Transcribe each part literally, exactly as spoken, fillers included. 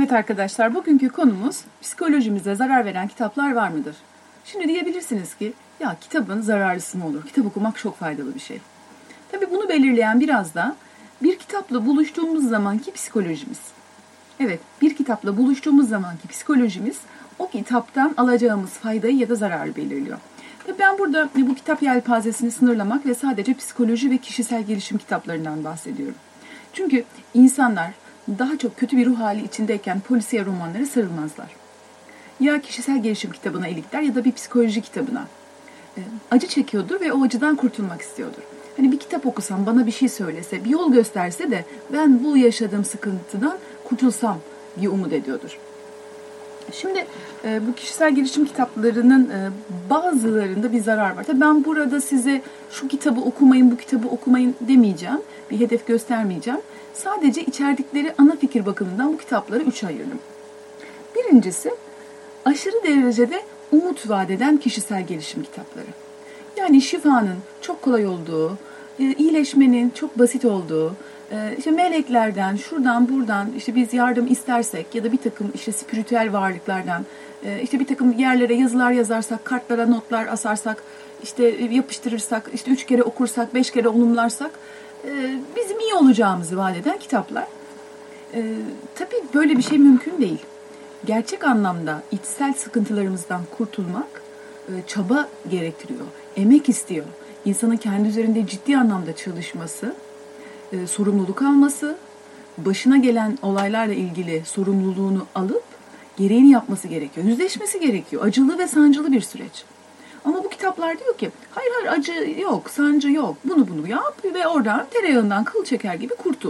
Evet arkadaşlar, bugünkü konumuz psikolojimize zarar veren kitaplar var mıdır? Şimdi diyebilirsiniz ki, ya kitabın zararlısı mı olur? Kitap okumak çok faydalı bir şey. Tabii bunu belirleyen biraz da bir kitapla buluştuğumuz zamanki psikolojimiz. Evet, bir kitapla buluştuğumuz zamanki psikolojimiz o kitaptan alacağımız faydayı ya da zararı belirliyor. Tabii ben burada bu kitap yelpazesini sınırlamak ve sadece psikoloji ve kişisel gelişim kitaplarından bahsediyorum. Çünkü insanlar daha çok kötü bir ruh hali içindeyken polisiye romanlara sarılmazlar. Ya kişisel gelişim kitabına ilikler ya da bir psikoloji kitabına. E, acı çekiyordur ve o acıdan kurtulmak istiyordur. Hani bir kitap okusam, bana bir şey söylese, bir yol gösterse de ben bu yaşadığım sıkıntıdan kurtulsam diye umut ediyordur. Şimdi e, bu kişisel gelişim kitaplarının e, bazılarında bir zarar var. Tabii ben burada size şu kitabı okumayın, bu kitabı okumayın demeyeceğim. Bir hedef göstermeyeceğim. Sadece içerdikleri ana fikir bakımından bu kitapları üçe ayırdım. Birincisi, aşırı derecede umut vaat eden kişisel gelişim kitapları. Yani şifanın çok kolay olduğu, iyileşmenin çok basit olduğu, işte meleklerden, şuradan buradan işte biz yardım istersek ya da bir takım işte spiritüel varlıklardan işte bir takım yerlere yazılar yazarsak, kartlara notlar asarsak, işte yapıştırırsak, işte üç kere okursak, beş kere olumlarsak bizim iyi olacağımızı vaat eden kitaplar. Tabii böyle bir şey mümkün değil. Gerçek anlamda içsel sıkıntılarımızdan kurtulmak çaba gerektiriyor, emek istiyor. İnsanın kendi üzerinde ciddi anlamda çalışması, e, sorumluluk alması, başına gelen olaylarla ilgili sorumluluğunu alıp gereğini yapması gerekiyor. Yüzleşmesi gerekiyor. Acılı ve sancılı bir süreç. Ama bu kitaplar diyor ki, hayır hayır acı yok, sancı yok. Bunu bunu yap ve oradan tereyağından kıl çeker gibi kurtul.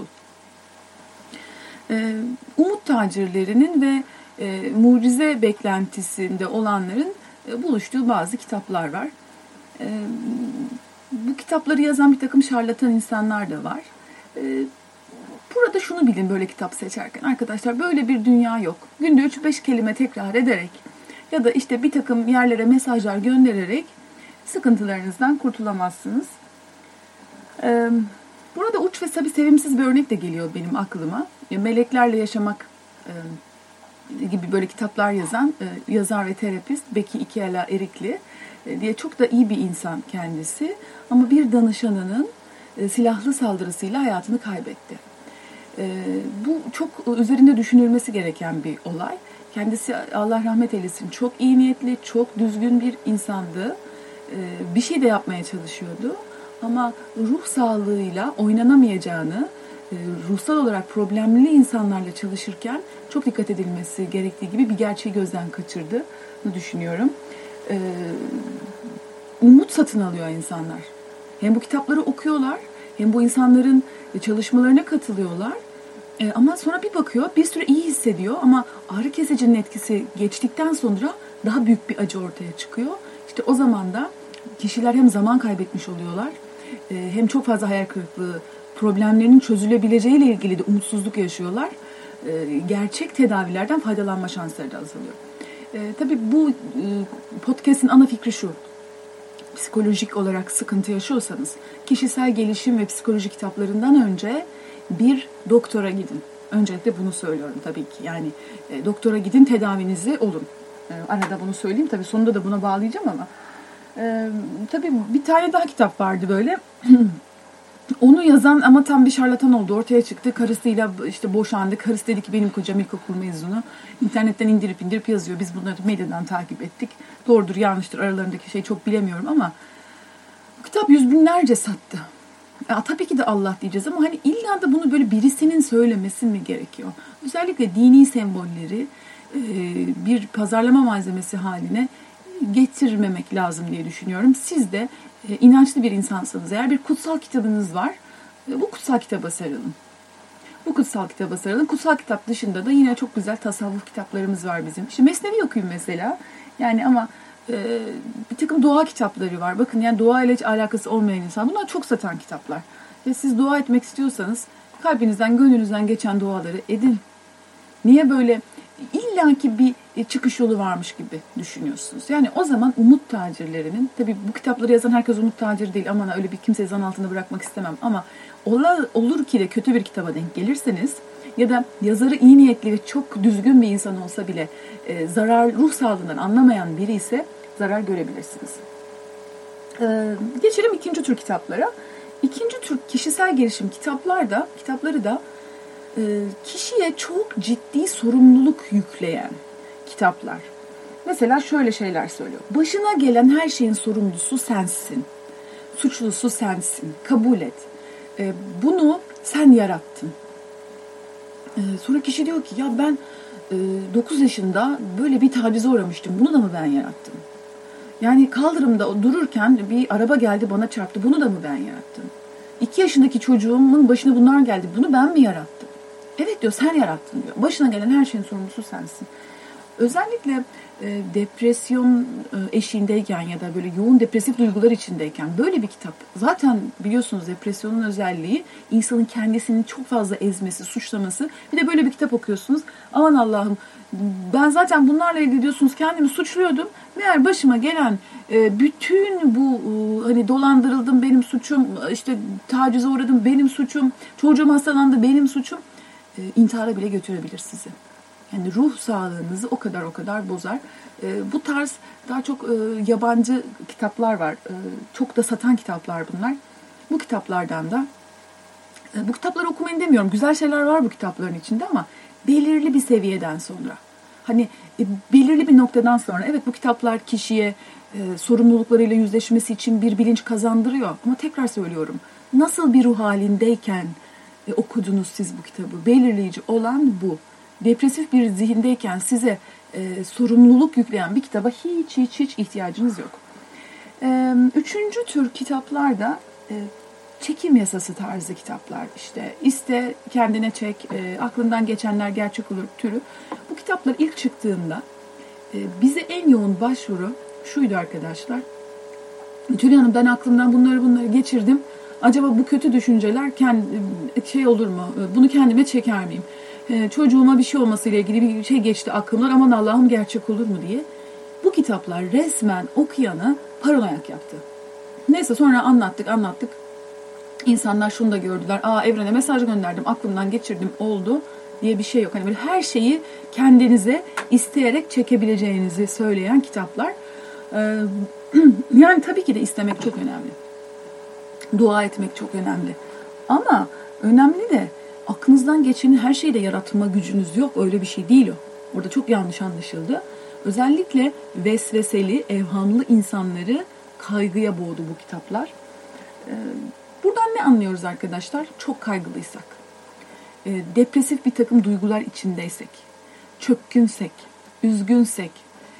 E, umut tacirlerinin ve e, mucize beklentisinde olanların e, buluştuğu bazı kitaplar var. E, bu kitapları yazan bir takım şarlatan insanlar da var. Burada şunu bilin böyle kitap seçerken arkadaşlar, böyle bir dünya yok. Günde üç beş kelime tekrar ederek ya da işte bir takım yerlere mesajlar göndererek sıkıntılarınızdan kurtulamazsınız. Burada uç ve tabii sevimsiz bir örnek de geliyor benim aklıma. Meleklerle Yaşamak gibi böyle kitaplar yazan yazar ve terapist Becky Ikeala Erikli diye çok da iyi bir insan kendisi. Ama bir danışanının silahlı saldırısıyla hayatını kaybetti. Bu çok üzerinde düşünülmesi gereken bir olay. Kendisi Allah rahmet eylesin çok iyi niyetli, çok düzgün bir insandı. Bir şey de yapmaya çalışıyordu. Ama ruh sağlığıyla oynanamayacağını, ruhsal olarak problemli insanlarla çalışırken çok dikkat edilmesi gerektiği gibi bir gerçeği gözden kaçırdığını düşünüyorum. Umut satın alıyor insanlar. Hem bu kitapları okuyorlar, hem bu insanların çalışmalarına katılıyorlar. E, ama sonra bir bakıyor, bir süre iyi hissediyor ama ağrı kesicinin etkisi geçtikten sonra daha büyük bir acı ortaya çıkıyor. İşte o zaman da kişiler hem zaman kaybetmiş oluyorlar, e, hem çok fazla hayal kırıklığı, problemlerinin çözülebileceğiyle ilgili de umutsuzluk yaşıyorlar. E, gerçek tedavilerden faydalanma şansları da azalıyor. E, tabii bu e, podcast'in ana fikri şu. Psikolojik olarak sıkıntı yaşıyorsanız kişisel gelişim ve psikoloji kitaplarından önce bir doktora gidin. Öncelikle bunu söylüyorum tabii ki. Yani e, doktora gidin, tedavinizi olun. E, arada bunu söyleyeyim. Tabii sonunda da buna bağlayacağım ama. E, tabii bir tane daha kitap vardı böyle. Onu yazan ama tam bir şarlatan oldu. Ortaya çıktı. Karısıyla işte boşandı. Karısı dedi ki benim kocam ilkokul mezunu. İnternetten indirip indirip yazıyor. Biz bunları medyadan takip ettik. Doğrudur, yanlıştır. Aralarındaki şeyi çok bilemiyorum ama bu kitap yüz binlerce sattı. Ya, tabii ki de Allah diyeceğiz ama hani illa da bunu böyle birisinin söylemesi mi gerekiyor? Özellikle dini sembolleri bir pazarlama malzemesi haline getirmemek lazım diye düşünüyorum. Siz de e, inançlı bir insansanız, eğer bir kutsal kitabınız var, e, bu kutsal kitaba sarılın. Bu kutsal kitaba sarılın. Kutsal kitap dışında da yine çok güzel tasavvuf kitaplarımız var bizim. İşte Mesnevi okuyun mesela. Yani ama e, bir takım dua kitapları var. Bakın yani dua ile hiç alakası olmayan insan. Bunlar çok satan kitaplar. Ve siz dua etmek istiyorsanız kalbinizden, gönlünüzden geçen duaları edin. Niye böyle illaki bir çıkış yolu varmış gibi düşünüyorsunuz? Yani o zaman umut tacirlerinin, tabii bu kitapları yazan herkes umut tacir değil, aman öyle bir kimseyi zan altında bırakmak istemem ama olur, olur ki de kötü bir kitaba denk gelirseniz ya da yazarı iyi niyetli ve çok düzgün bir insan olsa bile e, zarar, ruh sağlığından anlamayan biri ise zarar görebilirsiniz. E, geçelim ikinci tür kitaplara. İkinci tür kişisel gelişim kitaplar da, kitapları da e, kişiye çok ciddi sorumluluk yükleyen kitaplar. Mesela şöyle şeyler söylüyor. Başına gelen her şeyin sorumlusu sensin. Suçlusu sensin. Kabul et. E, bunu sen yarattın. E, sonra kişi diyor ki ya ben e, dokuz yaşında böyle bir tacize uğramıştım. Bunu da mı ben yarattım? Yani kaldırımda dururken bir araba geldi bana çarptı. Bunu da mı ben yarattım? iki yaşındaki çocuğumun başına bunlar geldi. Bunu ben mi yarattım? Evet diyor, sen yarattın diyor. Başına gelen her şeyin sorumlusu sensin. Özellikle e, depresyon e, eşiğindeyken ya da böyle yoğun depresif duygular içindeyken böyle bir kitap. Zaten biliyorsunuz depresyonun özelliği insanın kendisini çok fazla ezmesi, suçlaması. Bir de böyle bir kitap okuyorsunuz. Aman Allah'ım, ben zaten bunlarla ilgili diyorsunuz kendimi suçluyordum. Meğer başıma gelen e, bütün bu e, hani dolandırıldım benim suçum, işte tacize uğradım benim suçum, çocuğum hastalandı benim suçum. E, intihara bile götürebilir sizi. Yani ruh sağlığınızı o kadar o kadar bozar. E, bu tarz daha çok e, yabancı kitaplar var. E, çok da satan kitaplar bunlar. Bu kitaplardan da e, bu kitapları okumayın demiyorum. Güzel şeyler var bu kitapların içinde ama belirli bir seviyeden sonra. Hani e, belirli bir noktadan sonra evet bu kitaplar kişiye e, sorumluluklarıyla yüzleşmesi için bir bilinç kazandırıyor. Ama tekrar söylüyorum. Nasıl bir ruh halindeyken e, okudunuz siz bu kitabı? Belirleyici olan bu. Depresif bir zihindeyken size e, sorumluluk yükleyen bir kitaba hiç hiç hiç ihtiyacınız yok. E, üçüncü tür kitaplar da e, çekim yasası tarzı kitaplar. İşte iste kendine çek, e, aklından geçenler gerçek olur türü. Bu kitaplar ilk çıktığında e, bize en yoğun başvuru şuydu arkadaşlar. Tülin Hanım ben aklımdan bunları bunları geçirdim. Acaba bu kötü düşünceler kendi, şey olur mu? Bunu kendime çeker miyim? Çocuğuma bir şey olmasıyla ilgili bir şey geçti aklımdan, aman Allah'ım gerçek olur mu diye. Bu kitaplar resmen okuyanı paranoyak yaptı. Neyse sonra anlattık anlattık. İnsanlar şunu da gördüler. Aa evrene mesaj gönderdim, aklımdan geçirdim, oldu diye bir şey yok. Hani böyle her şeyi kendinize isteyerek çekebileceğinizi söyleyen kitaplar. Ee, yani tabii ki de istemek çok önemli. Dua etmek çok önemli. Ama önemli de aklınızdan geçeni her şeyde yaratma gücünüz yok. Öyle bir şey değil o. Orada çok yanlış anlaşıldı. Özellikle vesveseli, evhamlı insanları kaygıya boğdu bu kitaplar. Buradan ne anlıyoruz arkadaşlar? Çok kaygılıysak, depresif bir takım duygular içindeysek, çökkünsek, üzgünsek,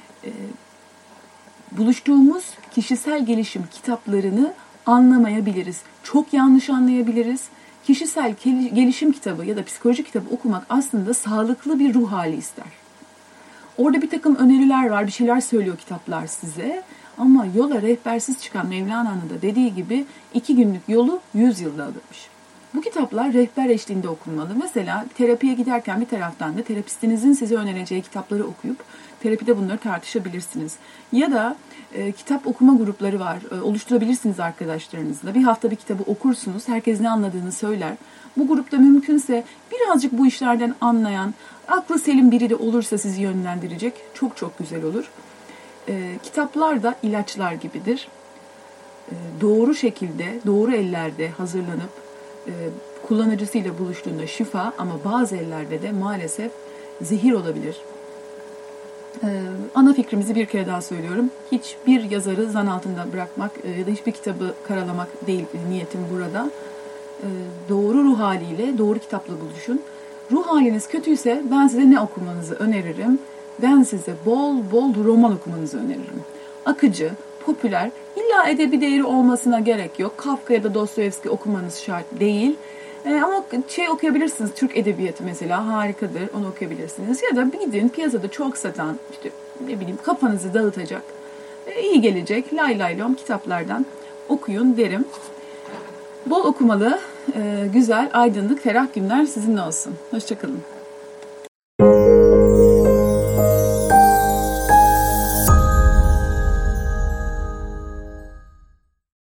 buluştuğumuz kişisel gelişim kitaplarını anlamayabiliriz. Çok yanlış anlayabiliriz. Kişisel gelişim kitabı ya da psikoloji kitabı okumak aslında sağlıklı bir ruh hali ister. Orada bir takım öneriler var, bir şeyler söylüyor kitaplar size. Ama yola rehbersiz çıkan Mevlana'nın da dediği gibi iki günlük yolu yüz yılda alırmış. Bu kitaplar rehber eşliğinde okunmalı. Mesela terapiye giderken bir taraftan da terapistinizin size önereceği kitapları okuyup terapide bunları tartışabilirsiniz. Ya da e, kitap okuma grupları var. E, oluşturabilirsiniz arkadaşlarınızla. Bir hafta bir kitabı okursunuz. Herkes ne anladığını söyler. Bu grupta mümkünse birazcık bu işlerden anlayan, aklı selim biri de olursa sizi yönlendirecek. Çok çok güzel olur. E, kitaplar da ilaçlar gibidir. E, doğru şekilde, doğru ellerde hazırlanıp e, kullanıcısıyla buluştuğunda şifa, ama bazı ellerde de maalesef zehir olabilir. Ee, ana fikrimizi bir kere daha söylüyorum. Hiçbir yazarı zan altında bırakmak e, ya da hiçbir kitabı karalamak değil niyetim burada. Ee, doğru ruh haliyle doğru kitapla buluşun. Ruh haliniz kötüyse ben size ne okumanızı öneririm? Ben size bol bol roman okumanızı öneririm. Akıcı, popüler, illa edebi değeri olmasına gerek yok. Kafka ya da Dostoyevski okumanız şart değil. Ee, ama şey okuyabilirsiniz, Türk edebiyatı mesela harikadır, onu okuyabilirsiniz. Ya da bir gidin piyasada çok satan, işte ne bileyim kafanızı dağıtacak, e, iyi gelecek lay lay lom kitaplardan okuyun derim. Bol okumalı, e, güzel, aydınlık, ferah günler sizinle olsun. Hoşça kalın.